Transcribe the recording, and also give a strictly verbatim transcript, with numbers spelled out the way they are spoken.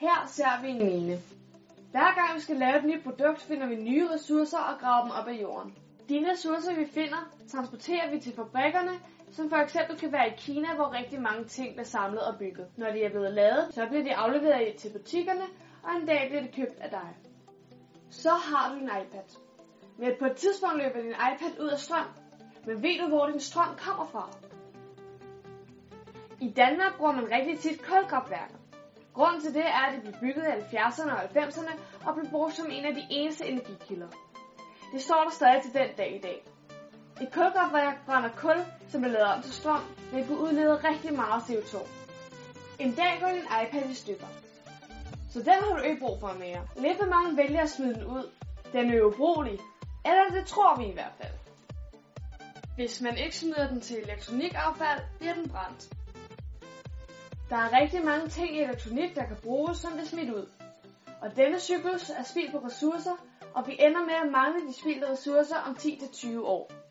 Her ser vi en mine. Hver gang vi skal lave et nyt produkt, finder vi nye ressourcer og graver dem op af jorden. De ressourcer, vi finder, transporterer vi til fabrikkerne, som for eksempel kan være i Kina, hvor rigtig mange ting bliver samlet og bygget. Når de er blevet lavet, så bliver de afleveret til butikkerne, og en dag bliver det købt af dig. Så har du din iPad. Men på et tidspunkt løber din iPad ud af strøm. Men ved du, hvor din strøm kommer fra? I Danmark bruger man rigtig tit kulkraftværker. Grunden til det er, at de blev bygget i halvfjerdserne og halvfemserne og blev brugt som en af de eneste energikilder. Det står der stadig til den dag i dag. Et kulkraftværk brænder kul, som bliver lavet om til strøm, men kan udlede rigtig meget C O to. En dag går din iPad i stykker. Så den har du ikke brug for mere. Lidt for mange vælger at smide den ud. Den er jo ubrugelig. Eller det tror vi i hvert fald. Hvis man ikke smider den til elektronikaffald, bliver den brændt. Der er rigtig mange ting i elektronik, der kan bruges, som bliver smidt ud. Og denne cyklus er spild på ressourcer, og vi ender med at mangle de spildte ressourcer om ti til tyve år.